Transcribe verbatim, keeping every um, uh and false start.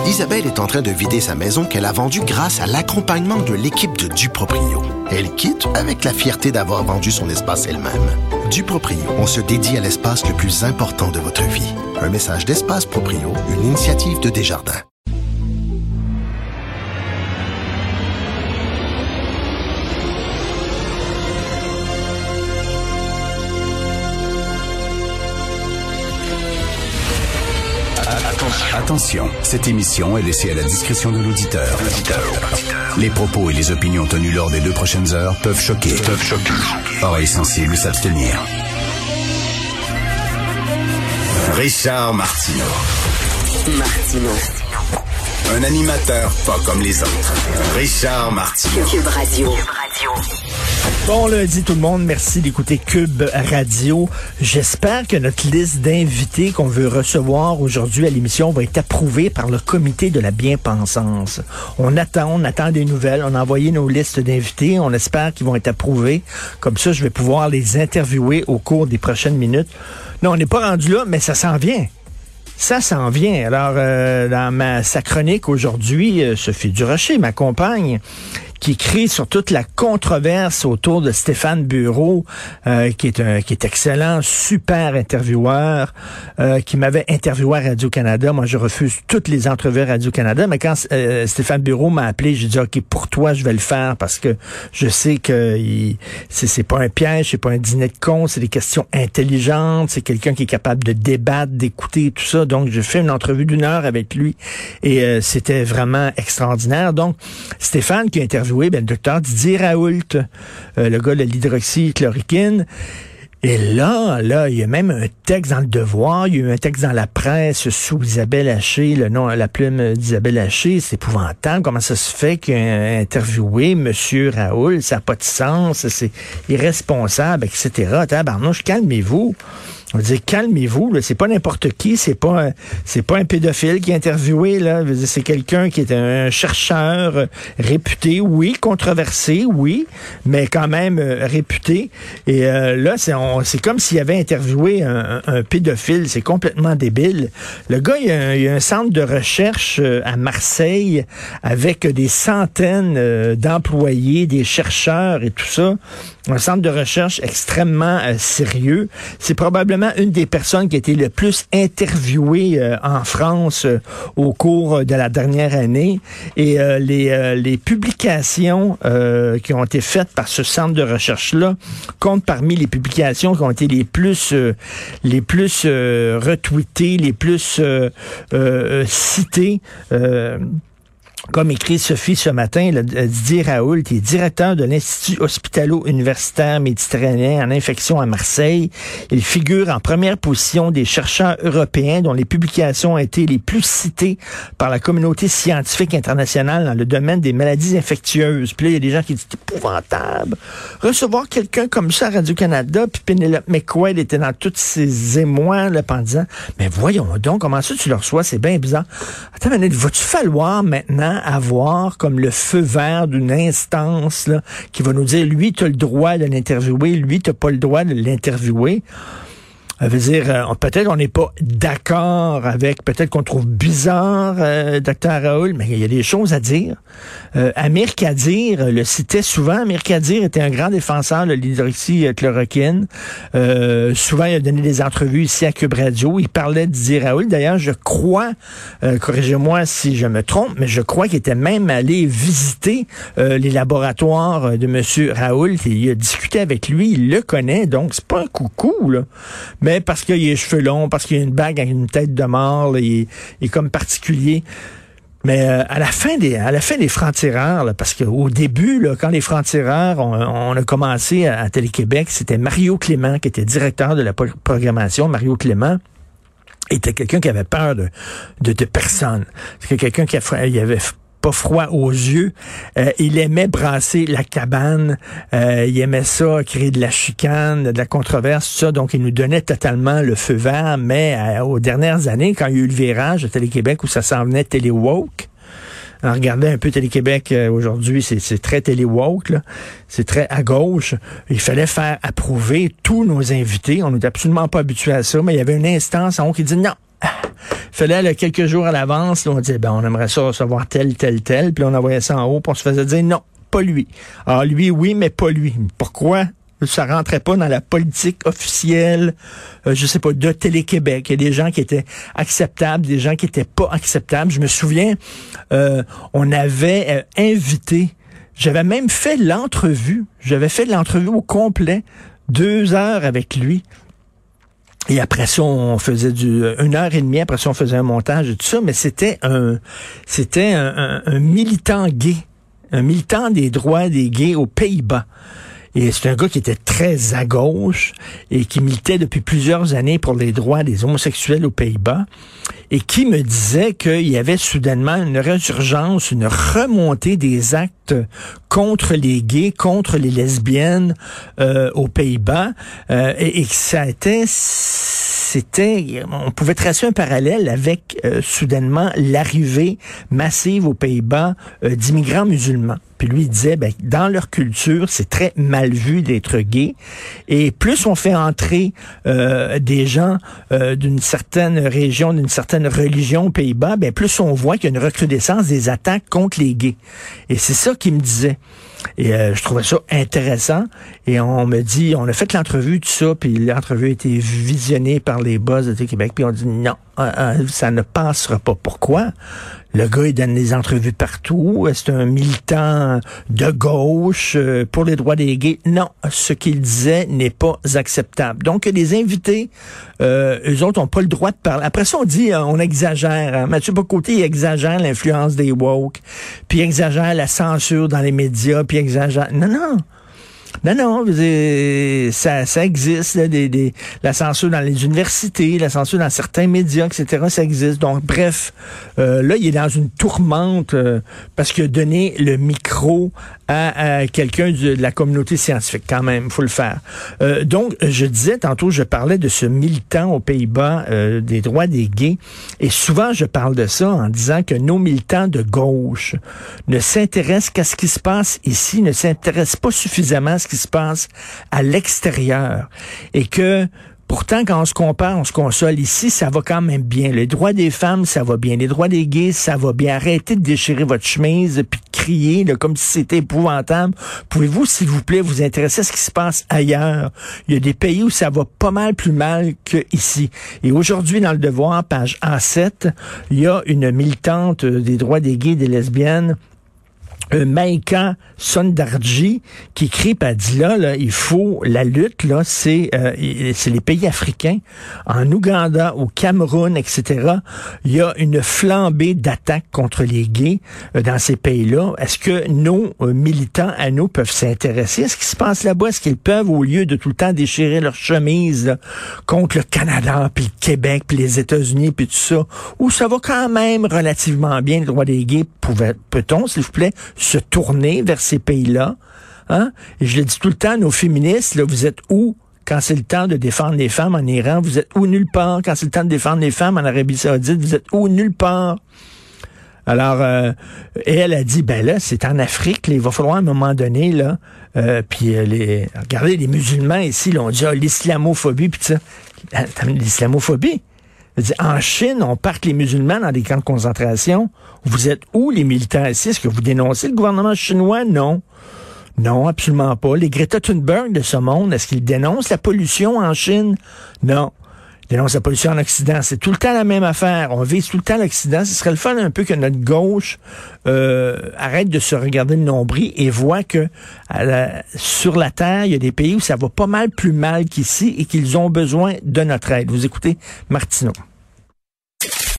Isabelle est en train de vider sa maison qu'elle a vendue grâce à l'accompagnement de l'équipe de Duproprio. Elle quitte avec la fierté d'avoir vendu son espace elle-même. Duproprio, on se dédie à l'espace le plus important de votre vie. Un message d'Espace Proprio, une initiative de Desjardins. Attention, cette émission est laissée à la discrétion de l'auditeur. Les propos et les opinions tenues lors des deux prochaines heures peuvent choquer. Peuvent choquer. Oreilles sensibles s'abstenir. Richard Martineau. Martineau. Un animateur pas comme les autres. Richard Martineau. Cube Radio. Bon lundi tout le monde, merci d'écouter Cube Radio. J'espère que notre liste d'invités qu'on veut recevoir aujourd'hui à l'émission va être approuvée par le comité de la bien-pensance. On attend, on attend des nouvelles, on a envoyé nos listes d'invités, on espère qu'ils vont être approuvés. Comme ça, je vais pouvoir les interviewer au cours des prochaines minutes. Non, on n'est pas rendu là, mais ça s'en vient. Ça s'en vient. Alors, euh, dans ma sa chronique aujourd'hui, euh, Sophie Durocher, ma compagne, qui écrit sur toute la controverse autour de Stéphane Bureau, euh, qui est un qui est excellent, super intervieweur, euh, qui m'avait interviewé à Radio-Canada. Moi, je refuse toutes les entrevues à Radio-Canada, mais quand euh, Stéphane Bureau m'a appelé, j'ai dit, OK, pour toi, je vais le faire parce que je sais que il, c'est, c'est pas un piège, c'est pas un dîner de con, c'est des questions intelligentes, c'est quelqu'un qui est capable de débattre, d'écouter, tout ça. Donc, je fais une entrevue d'une heure avec lui et euh, c'était vraiment extraordinaire. Donc, Stéphane qui a interviewé ben, le docteur Didier Raoult, euh, le gars de l'hydroxychloroquine. Et là, là, il y a même un texte dans Le Devoir, il y a eu un texte dans la presse sous Isabelle Haché, le nom, la plume d'Isabelle Haché, c'est épouvantable. Comment ça se fait qu'il a interviewé M. Raoult, ça n'a pas de sens, c'est irresponsable, et cetera. Tabarnouche, calmez-vous. On va dire, calmez-vous, là, c'est pas n'importe qui, c'est pas un, c'est pas un pédophile qui est interviewé, là. C'est quelqu'un qui est un chercheur euh, réputé, oui, controversé, oui, mais quand même euh, réputé. Et euh, là, c'est, on, c'est comme s'il avait interviewé un, un, un pédophile, c'est complètement débile. Le gars, il y a un, il y a un centre de recherche euh, à Marseille avec des centaines euh, d'employés, des chercheurs et tout ça. Un centre de recherche extrêmement euh, sérieux. C'est probablement une des personnes qui a été le plus interviewée euh, en France euh, au cours de la dernière année. Et euh, les, euh, les publications euh, qui ont été faites par ce centre de recherche-là comptent parmi les publications qui ont été les plus euh, les plus euh, retweetées, les plus euh, euh, citées. Euh, Comme écrit Sophie ce matin, le, Didier Raoult, qui est directeur de l'Institut hospitalo-universitaire méditerranéen en infection à Marseille. Il figure en première position des chercheurs européens dont les publications ont été les plus citées par la communauté scientifique internationale dans le domaine des maladies infectieuses. Puis là, il y a des gens qui disent, c'est épouvantable. Recevoir quelqu'un comme ça à Radio-Canada, puis Penelope McQuaid était dans tous ses émois, là, en disant, mais voyons donc, comment ça tu le reçois? C'est bien bizarre. Attends, mais va-tu falloir maintenant avoir comme le feu vert d'une instance là, qui va nous dire, lui, tu as le droit de l'interviewer, lui, tu n'as pas le droit de l'interviewer. Ça veut dire, euh, peut-être on n'est pas d'accord avec, peut-être qu'on trouve bizarre euh, docteur Raoult, mais il y a des choses à dire. Euh, Amir Kadir le citait souvent. Amir Kadir était un grand défenseur de l'hydroxychloroquine. Euh, souvent, il a donné des entrevues ici à Cube Radio. Il parlait de Didier Raoult. D'ailleurs, je crois, euh, corrigez-moi si je me trompe, mais je crois qu'il était même allé visiter euh, les laboratoires de M. Raoult. Et il a discuté avec lui. Il le connaît, donc c'est pas un coucou, là. Mais parce qu'il a les cheveux longs, parce qu'il a une bague avec une tête de mort, là, il, est, il est comme particulier. Mais euh, à la fin des à la fin des francs-tireurs, là, parce qu'au début, là, quand les francs-tireurs, on, on a commencé à, à Télé-Québec, c'était Mario Clément qui était directeur de la pro- programmation. Mario Clément était quelqu'un qui avait peur de de, de personne. C'était quelqu'un qui a, il avait pas froid aux yeux. Euh, il aimait brasser la cabane. Euh, il aimait ça, créer de la chicane, de la controverse, tout ça. Donc, il nous donnait totalement le feu vert. Mais euh, aux dernières années, quand il y a eu le virage à Télé-Québec où ça s'en venait télé-woke, en regardant un peu Télé-Québec euh, aujourd'hui, c'est, c'est très télé-woke, là. C'est très à gauche. Il fallait faire approuver tous nos invités. On n'est absolument pas habitué à ça, mais il y avait une instance en haut qui dit non. fallait là, quelques jours à l'avance, là, on disait, ben, on aimerait ça recevoir tel, tel, tel, puis on envoyait ça en haut, puis on se faisait dire, non, pas lui. Alors, lui, oui, mais pas lui. Pourquoi? Ça rentrait pas dans la politique officielle, euh, je sais pas, de Télé-Québec. Il y a des gens qui étaient acceptables, des gens qui étaient pas acceptables. Je me souviens, euh, on avait euh, invité, j'avais même fait l'entrevue, j'avais fait l'entrevue au complet, deux heures avec lui. Et après ça, on faisait du une heure et demie. Après ça, on faisait un montage et tout ça. Mais c'était un, c'était un, un, un militant gay, un militant des droits des gays aux Pays-Bas. Et c'est un gars qui était très à gauche et qui militait depuis plusieurs années pour les droits des homosexuels aux Pays-Bas et qui me disait qu'il y avait soudainement une résurgence, une remontée des actes contre les gays, contre les lesbiennes euh, aux Pays-Bas euh, et, et que ça était... C'était, on pouvait tracer un parallèle avec euh, soudainement l'arrivée massive aux Pays-Bas euh, d'immigrants musulmans. Puis lui, il disait, ben, dans leur culture, c'est très mal vu d'être gay. Et plus on fait entrer euh, des gens euh, d'une certaine région, d'une certaine religion aux Pays-Bas, ben, plus on voit qu'il y a une recrudescence des attaques contre les gays. Et c'est ça qu'il me disait. Et euh, je trouvais ça intéressant. Et on me dit, on a fait l'entrevue, tout ça, puis l'entrevue a été visionnée par les boss de Télé-Québec, puis on dit non, euh, euh, ça ne passera pas. Pourquoi? Le gars, il donne des entrevues partout. C'est un militant de gauche euh, pour les droits des gays. Non, ce qu'il disait n'est pas acceptable. Donc, les invités, euh, eux autres n'ont pas le droit de parler. Après ça, on dit, euh, on exagère. Hein? Mathieu Bocoté, il exagère l'influence des woke, puis il exagère la censure dans les médias, puis il exagère... Non, non. Non, non, ça, ça existe, là, des, des, la censure dans les universités, la censure dans certains médias, et cetera, ça existe. Donc, bref, euh, là, il est dans une tourmente euh, parce qu'il a donné le micro à, à quelqu'un de la communauté scientifique, quand même, il faut le faire. Euh, donc, je disais, tantôt, je parlais de ce militant aux Pays-Bas euh, des droits des gays, et souvent, je parle de ça en disant que nos militants de gauche ne s'intéressent qu'à ce qui se passe ici, ne s'intéressent pas suffisamment à ce qui se passe à l'extérieur. Et que, pourtant, quand on se compare, on se console. Ici, ça va quand même bien. Les droits des femmes, ça va bien. Les droits des gays, ça va bien. Arrêtez de déchirer votre chemise puis de crier là, comme si c'était épouvantable. Pouvez-vous, s'il vous plaît, vous intéresser à ce qui se passe ailleurs? Il y a des pays où ça va pas mal plus mal qu'ici. Et aujourd'hui, dans Le Devoir, page A sept, il y a une militante des droits des gays et des lesbiennes, Euh, Maïka Sondarji, qui écrit, pis elle dit là, là, il faut, la lutte, là, c'est euh, c'est les pays africains. En Ouganda, au Cameroun, et cetera, il y a une flambée d'attaques contre les gays euh, dans ces pays-là. Est-ce que nos euh, militants à nous peuvent s'intéresser à ce qui se passe là-bas? Est-ce qu'ils peuvent, au lieu de tout le temps déchirer leur chemise là, contre le Canada, puis le Québec, puis les États-Unis, puis tout ça, où ça va quand même relativement bien, le droit des gays, pouvait, peut-on, s'il vous plaît, se tourner vers ces pays-là, hein? Et je le dis tout le temps, nos féministes, là, vous êtes où quand c'est le temps de défendre les femmes en Iran? Vous êtes où? Nulle part. Quand c'est le temps de défendre les femmes en Arabie Saoudite, vous êtes où? Nulle part. Alors, euh, et elle a dit, ben là, c'est en Afrique, là, il va falloir à un moment donné, là, euh, puis euh, les, regardez, les musulmans ici, là, on dit, ah, l'islamophobie, puis ça, l'islamophobie. En Chine, on parque les musulmans dans des camps de concentration. Vous êtes où, les militaires ici? Est-ce que vous dénoncez le gouvernement chinois? Non. Non, absolument pas. Les Greta Thunberg de ce monde, est-ce qu'ils dénoncent la pollution en Chine? Non. Ils dénoncent la pollution en Occident. C'est tout le temps la même affaire. On vise tout le temps l'Occident. Ce serait le fun un peu que notre gauche euh, arrête de se regarder le nombril et voit que à la, sur la Terre, il y a des pays où ça va pas mal plus mal qu'ici et qu'ils ont besoin de notre aide. Vous écoutez Martineau.